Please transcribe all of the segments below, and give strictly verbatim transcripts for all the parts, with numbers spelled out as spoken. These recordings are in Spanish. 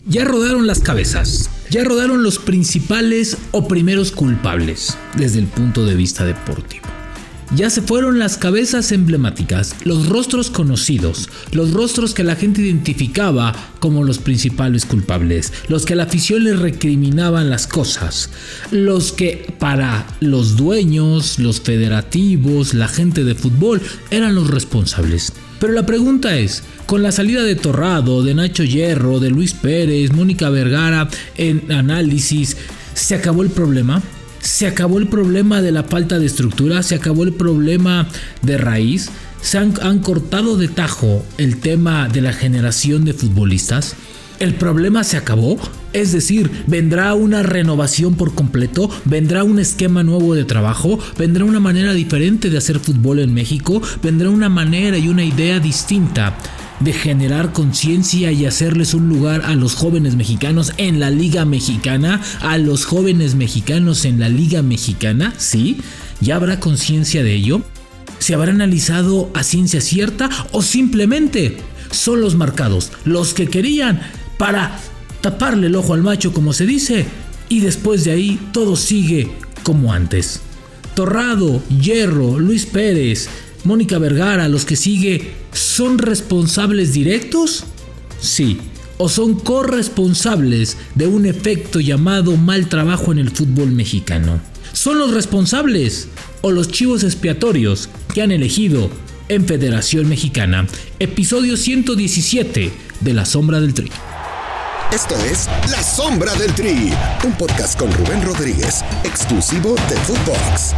Ya rodaron las cabezas, ya rodaron los principales o primeros culpables desde el punto de vista deportivo. Ya se fueron las cabezas emblemáticas, los rostros conocidos, los rostros que la gente identificaba como los principales culpables, los que a la afición le recriminaban las cosas, los que para los dueños, los federativos, la gente de fútbol eran los responsables. Pero la pregunta es, con la salida de Torrado, de Nacho Hierro, de Luis Pérez, Mónica Vergara en análisis, ¿se acabó el problema? ¿Se acabó el problema de la falta de estructura? ¿Se acabó el problema de raíz? ¿Se han, han cortado de tajo el tema de la generación de futbolistas? ¿El problema se acabó? Es decir, ¿vendrá una renovación por completo? ¿Vendrá un esquema nuevo de trabajo? ¿Vendrá una manera diferente de hacer fútbol en México? ¿Vendrá una manera y una idea distinta de generar conciencia y hacerles un lugar a los jóvenes mexicanos en la Liga Mexicana? ¿A los jóvenes mexicanos en la Liga Mexicana? ¿Sí? ¿Ya habrá conciencia de ello? ¿Se habrá analizado a ciencia cierta o simplemente son los marcados, los que querían para taparle el ojo al macho, como se dice, y después de ahí todo sigue como antes? Torrado, Hierro, Luis Pérez, Mónica Vergara, los que sigue, ¿son responsables directos? Sí. ¿O son corresponsables de un efecto llamado mal trabajo en el fútbol mexicano? ¿Son los responsables o los chivos expiatorios que han elegido en Federación Mexicana? Episodio ciento diecisiete de La Sombra del Tri. Esto es La Sombra del Tri, un podcast con Rubén Rodríguez, exclusivo de Footbox.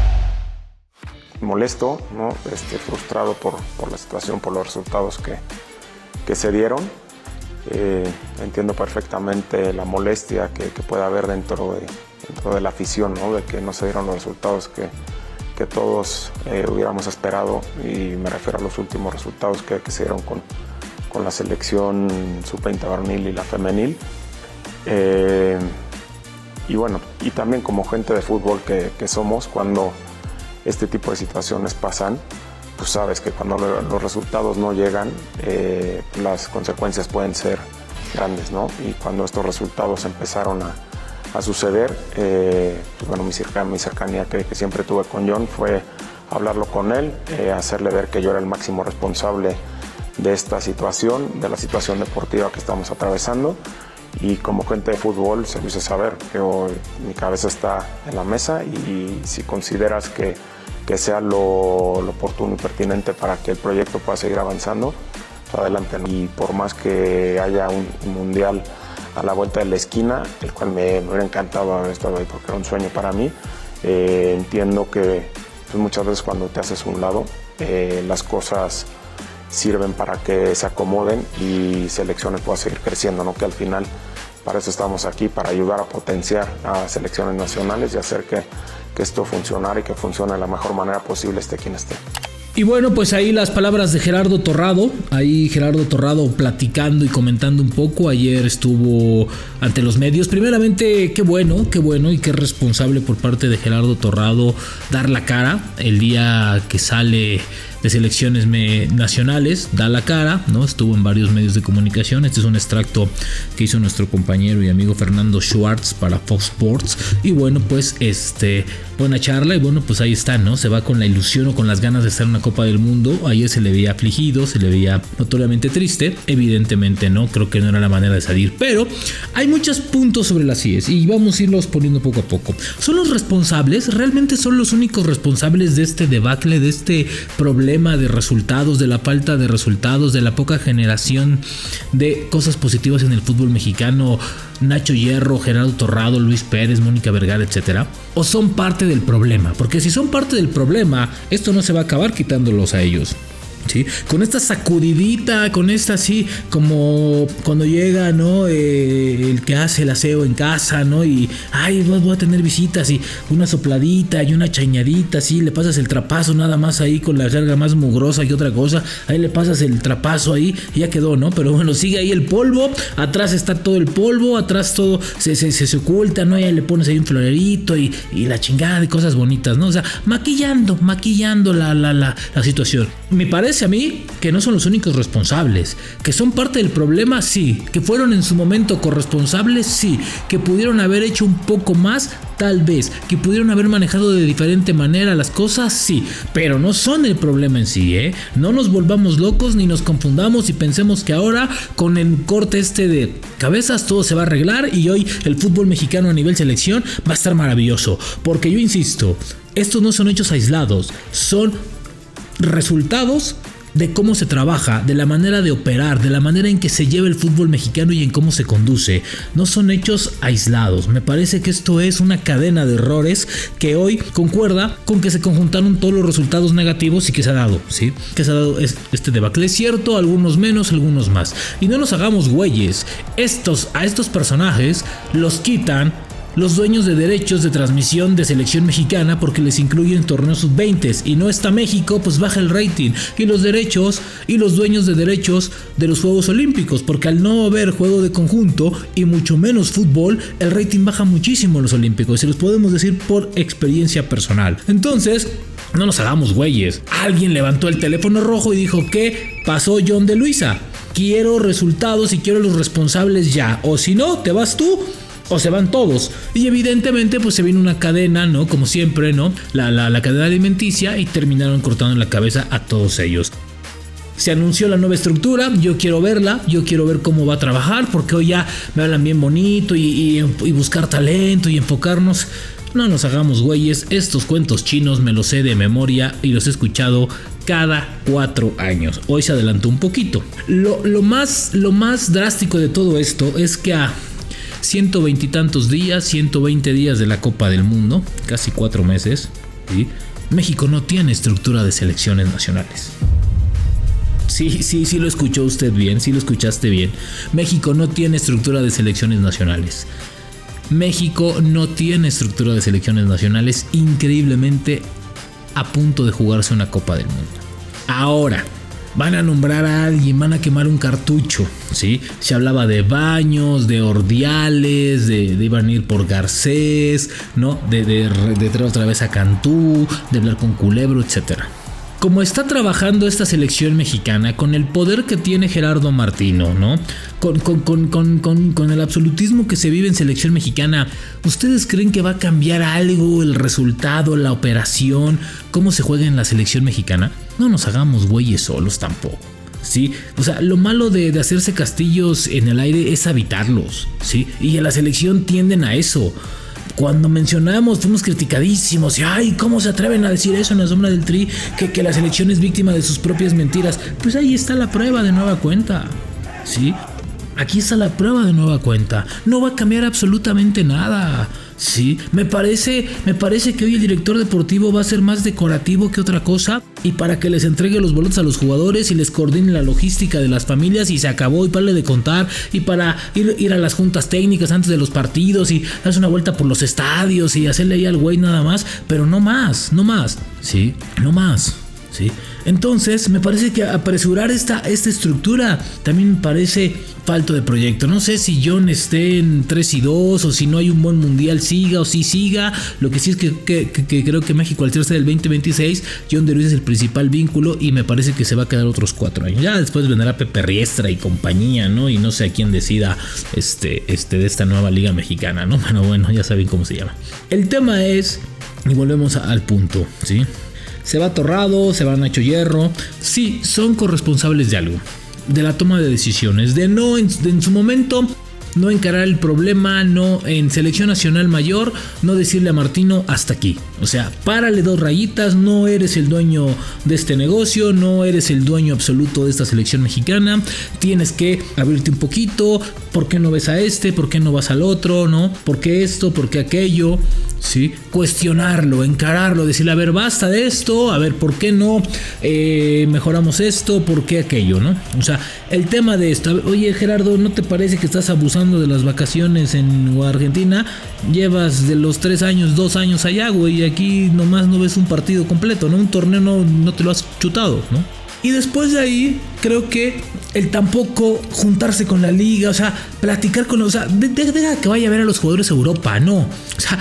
Molesto, ¿no? este, frustrado por, por la situación, por los resultados que, que se dieron. Eh, entiendo perfectamente la molestia que, que puede haber dentro de, dentro de la afición, ¿no? De que no se dieron los resultados que, que todos eh, hubiéramos esperado, y me refiero a los últimos resultados que, que se dieron con, con la selección sub veinte varonil y la femenil. Eh, y bueno, y también como gente de fútbol que, que somos, cuando este tipo de situaciones pasan, pues sabes que cuando los resultados no llegan, eh, las consecuencias pueden ser grandes, ¿no? Y cuando estos resultados empezaron a, a suceder, eh, pues bueno, mi, cerca, mi cercanía que, que siempre tuve con John fue hablarlo con él, eh, hacerle ver que yo era el máximo responsable de esta situación, de la situación deportiva que estamos atravesando. Y como gente de fútbol se lo hice saber, que hoy mi cabeza está en la mesa, y si consideras que, que sea lo, lo oportuno y pertinente para que el proyecto pueda seguir avanzando, pues adelante, ¿no? Y por más que haya un, un mundial a la vuelta de la esquina, el cual me, me hubiera encantado haber estado ahí porque era un sueño para mí, eh, entiendo que pues muchas veces cuando te haces a un lado, eh, las cosas sirven para que se acomoden y selecciones puedan seguir creciendo, ¿no? Que al final para eso estamos aquí, para ayudar a potenciar a selecciones nacionales y hacer que, que esto funcionara y que funcione de la mejor manera posible, esté quien esté. Y bueno, pues ahí las palabras de Gerardo Torrado, ahí Gerardo Torrado platicando y comentando un poco. Ayer estuvo ante los medios. Primeramente, qué bueno, qué bueno y qué responsable por parte de Gerardo Torrado dar la cara el día que sale de selecciones nacionales, da la cara, ¿no? Estuvo en varios medios de comunicación. Este es un extracto que hizo nuestro compañero y amigo Fernando Schwartz para Fox Sports. Y bueno, pues este, buena charla, y bueno, pues ahí está, ¿no? Se va con la ilusión o con las ganas de estar en una Copa del Mundo. Ayer se le veía afligido, se le veía notoriamente triste. Evidentemente no, creo que no era la manera de salir, pero hay muchos puntos sobre las I E S y vamos a irlos poniendo poco a poco. ¿Son los responsables? ¿Realmente son los únicos responsables de este debacle, de este problema de resultados, de la falta de resultados, de la poca generación de cosas positivas en el fútbol mexicano? Nacho Hierro, Gerardo Torrado, Luis Pérez, Mónica Vergara, etcétera. ¿O son parte del problema? Porque si son parte del problema, esto no se va a acabar quitándolos a ellos, ¿sí? Con esta sacudidita, con esta así como cuando llega, ¿no? Eh, el que hace el aseo en casa, ¿no? Y ay, voy a tener visitas, y una sopladita y una chañadita, así le pasas el trapazo nada más ahí con la jerga más mugrosa que otra cosa. Ahí le pasas el trapazo ahí y ya quedó, ¿no? Pero bueno, sigue ahí el polvo, atrás está todo el polvo, atrás todo se, se, se, se oculta, ¿no? Y ahí le pones ahí un florerito y, y la chingada de cosas bonitas, ¿no? O sea, maquillando, maquillando la, la, la, la situación. Me parece parece a mí que no son los únicos responsables, que son parte del problema, sí, que fueron en su momento corresponsables, sí, que pudieron haber hecho un poco más, tal vez, que pudieron haber manejado de diferente manera las cosas, sí, pero no son el problema en sí, ¿eh? No nos volvamos locos ni nos confundamos y pensemos que ahora con el corte este de cabezas todo se va a arreglar y hoy el fútbol mexicano a nivel selección va a estar maravilloso, porque yo insisto, estos no son hechos aislados, son resultados de cómo se trabaja, de la manera de operar, de la manera en que se lleva el fútbol mexicano y en cómo se conduce. No son hechos aislados. Me parece que esto es una cadena de errores que hoy concuerda con que se conjuntaron todos los resultados negativos y que se ha dado, ¿sí? Que se ha dado este debacle. Es cierto, algunos menos, algunos más. Y no nos hagamos güeyes. Estos, a estos personajes los quitan los dueños de derechos de transmisión de selección mexicana porque les incluyen torneos sub veinte y no está México, pues baja el rating, y los derechos y los dueños de derechos de los Juegos Olímpicos, porque al no haber juego de conjunto y mucho menos fútbol, el rating baja muchísimo en los Olímpicos, y los podemos decir por experiencia personal. Entonces, no nos hagamos güeyes. Alguien levantó el teléfono rojo y dijo: ¿qué pasó, John de Luisa? Quiero resultados y quiero los responsables ya, o si no, te vas tú o se van todos. Y evidentemente pues se viene una cadena, ¿no? Como siempre, ¿no? La, la, la cadena alimenticia, y terminaron cortando en la cabeza a todos ellos. Se anunció la nueva estructura, yo quiero verla, yo quiero ver cómo va a trabajar, porque hoy ya me hablan bien bonito y, y, y buscar talento y enfocarnos. No nos hagamos güeyes, estos cuentos chinos me los sé de memoria y los he escuchado cada cuatro años. Hoy se adelantó un poquito. Lo, lo, más, lo más drástico de todo esto es que a ciento veinte y tantos días, ciento veinte días de la Copa del Mundo, casi cuatro meses, ¿sí? México no tiene estructura de selecciones nacionales. Sí, sí, sí lo escuchó usted bien, sí lo escuchaste bien. México no tiene estructura de selecciones nacionales. México no tiene estructura de selecciones nacionales, increíblemente a punto de jugarse una Copa del Mundo. Ahora, van a nombrar a alguien, van a quemar un cartucho, ¿sí? Se hablaba de Baños, de Ordiales, de, de iban a ir por Garcés, ¿no? De, de, de traer otra vez a Cantú, de hablar con Culebro, etcétera. Como está trabajando esta selección mexicana, con el poder que tiene Gerardo Martino, ¿no? Con, con, con, con, con, con el absolutismo que se vive en selección mexicana, ¿ustedes creen que va a cambiar algo el resultado, la operación, cómo se juega en la selección mexicana? No nos hagamos güeyes solos tampoco, ¿sí? O sea, lo malo de, de hacerse castillos en el aire es habitarlos, ¿sí? Y en la selección tienden a eso. Cuando mencionamos, fuimos criticadísimos. Y, ay, ¿cómo se atreven a decir eso en la sombra del Tri? Que, que la selección es víctima de sus propias mentiras. Pues ahí está la prueba de nueva cuenta, ¿sí? Aquí está la prueba de nueva cuenta. No va a cambiar absolutamente nada, ¿sí? Me parece, me parece que hoy el director deportivo va a ser más decorativo que otra cosa, y para que les entregue los boletos a los jugadores y les coordine la logística de las familias, y se acabó, y para de contar, y para ir, ir a las juntas técnicas antes de los partidos y darse una vuelta por los estadios y hacerle ahí al güey nada más, pero no más, no más, ¿sí? No más, ¿sí? Entonces me parece que apresurar esta, esta estructura también me parece falto de proyecto. No sé si John esté en tres y dos, o si no hay un buen mundial siga o si siga. Lo que sí es que, que, que, que creo que México al tirarse del veinte veintiséis, John de Luisa es el principal vínculo, y me parece que se va a quedar otros cuatro años. Ya después vendrá Pepe Riestra y compañía, ¿no? Y no sé a quién decida este, este, de esta nueva liga mexicana, ¿no? Bueno, bueno, ya saben cómo se llama. El tema es, y volvemos a, al punto, ¿sí? Se va Torrado, se va Nacho Hierro. Sí, son corresponsables de algo, de la toma de decisiones, de no en, de en su momento no encarar el problema, no en selección nacional mayor, no decirle a Martino hasta aquí. O sea, párale dos rayitas, no eres el dueño de este negocio, no eres el dueño absoluto de esta selección mexicana, tienes que abrirte un poquito. ¿Por qué no ves a este? ¿Por qué no vas al otro? ¿No? ¿Por qué esto? ¿Por qué aquello? ¿Sí? Cuestionarlo, encararlo, decirle, a ver, basta de esto, a ver, ¿por qué no eh, mejoramos esto? ¿Por qué aquello? ¿No? O sea, el tema de esto, oye, Gerardo, ¿no te parece que estás abusando de las vacaciones en Argentina? Llevas de los tres años, dos años allá, güey, y aquí nomás no ves un partido completo, ¿no? Un torneo no, no te lo has chutado, ¿no? Y después de ahí, creo que el tampoco juntarse con la liga, o sea, platicar con los, o sea, deja de, de que vaya a ver a los jugadores a Europa, no. O sea,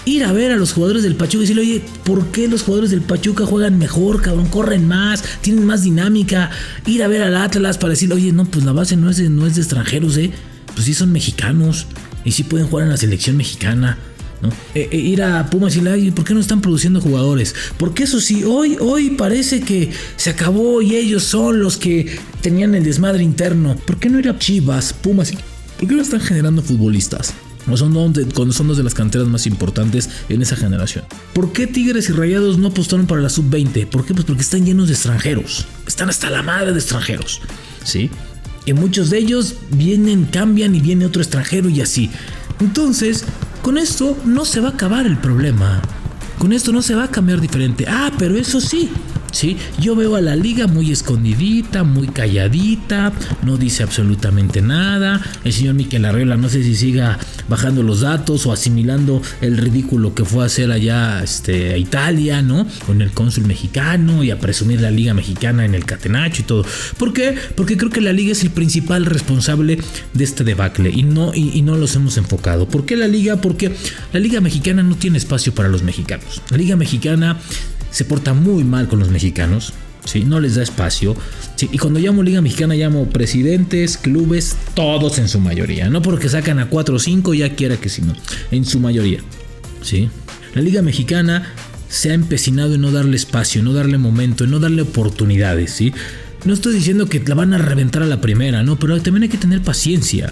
ir a ver a los jugadores del Pachuca y decirle, oye, ¿por qué los jugadores del Pachuca juegan mejor, cabrón? Corren más, tienen más dinámica. Ir a ver al Atlas para decirle, oye, no, pues la base no es de, no es de extranjeros, ¿eh? Pues sí son mexicanos y sí pueden jugar en la selección mexicana, ¿no? Eh, eh, ir a Pumas y decirle, ay, ¿por qué no están produciendo jugadores? Porque eso sí, hoy, hoy parece que se acabó y ellos son los que tenían el desmadre interno. ¿Por qué no ir a Chivas, Pumas? ¿Por qué no están generando futbolistas? No son dos de, son dos de las canteras más importantes en esa generación. ¿Por qué Tigres y Rayados no apostaron para la sub veinte? ¿Por qué? Pues porque están llenos de extranjeros. Están hasta la madre de extranjeros, ¿sí? Y muchos de ellos vienen, cambian y viene otro extranjero y así. Entonces, con esto no se va a acabar el problema. Con esto no se va a cambiar diferente. Ah, pero eso sí, sí, yo veo a la liga muy escondidita, muy calladita, no dice absolutamente nada. El señor Mikel Arriola no sé si siga bajando los datos o asimilando el ridículo que fue a hacer allá este, a Italia, ¿no? Con el cónsul mexicano y a presumir la liga mexicana en el catenacho y todo. ¿Por qué? Porque creo que la liga es el principal responsable de este debacle y no, y, y no los hemos enfocado. ¿Por qué la liga? Porque la liga mexicana no tiene espacio para los mexicanos. La liga mexicana se porta muy mal con los mexicanos, ¿sí? No les da espacio, ¿sí? Y cuando llamo Liga Mexicana llamo presidentes, clubes, todos en su mayoría. No porque sacan a cuatro o cinco ya quiera que sí, no. En su mayoría, ¿sí? La Liga Mexicana se ha empecinado en no darle espacio, en no darle momento, en no darle oportunidades, ¿sí? No estoy diciendo que la van a reventar a la primera, no, pero también hay que tener paciencia.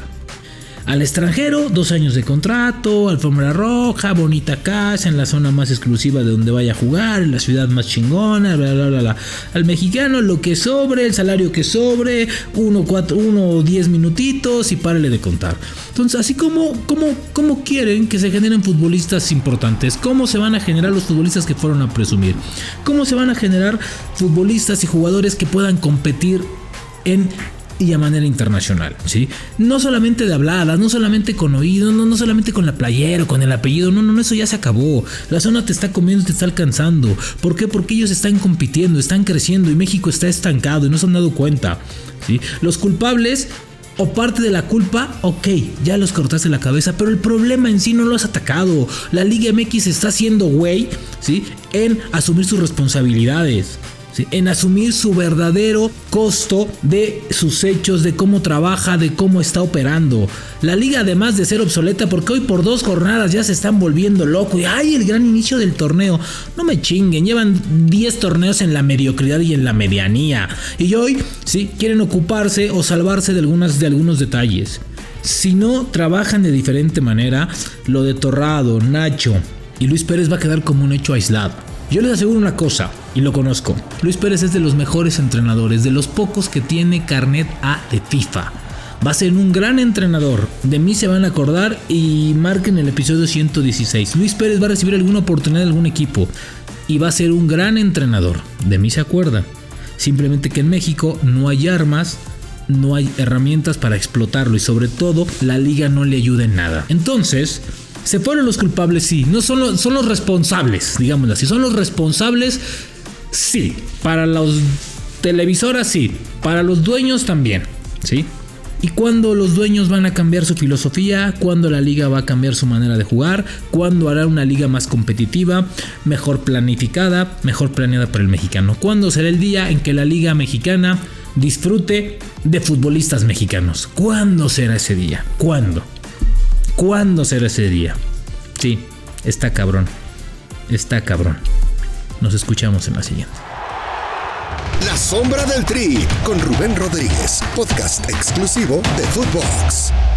Al extranjero, dos años de contrato, alfombra roja, bonita casa en la zona más exclusiva de donde vaya a jugar, en la ciudad más chingona, bla, bla, bla, bla. Al mexicano, lo que sobre, el salario que sobre, uno, cuatro, uno, diez minutitos y párale de contar. Entonces, así como, como, como quieren que se generen futbolistas importantes, ¿cómo se van a generar los futbolistas que fueron a presumir? ¿Cómo se van a generar futbolistas y jugadores que puedan competir en y a manera internacional, ¿sí? No solamente de habladas, no solamente con oído, no, no solamente con la playera o con el apellido, no, no, no, eso ya se acabó. La zona te está comiendo, te está alcanzando. ¿Por qué? Porque ellos están compitiendo, están creciendo y México está estancado y no se han dado cuenta, ¿sí? Los culpables o parte de la culpa, ok, ya los cortaste la cabeza, pero el problema en sí no lo has atacado. La Liga M X está haciendo güey, ¿sí? En asumir sus responsabilidades, ¿sí? En asumir su verdadero costo de sus hechos, de cómo trabaja, de cómo está operando. La liga, además de ser obsoleta, porque hoy por dos jornadas ya se están volviendo locos. Y ¡ay, el gran inicio del torneo! No me chinguen, llevan diez torneos en la mediocridad y en la medianía. Y hoy, sí, quieren ocuparse o salvarse de, algunas, de algunos detalles. Si no trabajan de diferente manera, lo de Torrado, Nacho y Luis Pérez va a quedar como un hecho aislado. Yo les aseguro una cosa, y lo conozco. Luis Pérez es de los mejores entrenadores, de los pocos que tiene carnet A de FIFA. Va a ser un gran entrenador. De mí se van a acordar y marquen el episodio ciento dieciséis. Luis Pérez va a recibir alguna oportunidad de algún equipo y va a ser un gran entrenador. De mí se acuerdan. Simplemente que en México no hay armas, no hay herramientas para explotarlo y sobre todo la liga no le ayuda en nada. Entonces, se fueron los culpables, sí. No son los, son los responsables, digámoslo así. Son los responsables, sí. Para las televisoras, sí. Para los dueños también, ¿sí? ¿Y cuándo los dueños van a cambiar su filosofía? ¿Cuándo la liga va a cambiar su manera de jugar? ¿Cuándo hará una liga más competitiva, mejor planificada, mejor planeada para el mexicano? ¿Cuándo será el día en que la liga mexicana disfrute de futbolistas mexicanos? ¿Cuándo será ese día? ¿Cuándo? ¿Cuándo será ese día? Sí, está cabrón. Está cabrón. Nos escuchamos en la siguiente. La Sombra del Tri con Rubén Rodríguez, podcast exclusivo de Footbox.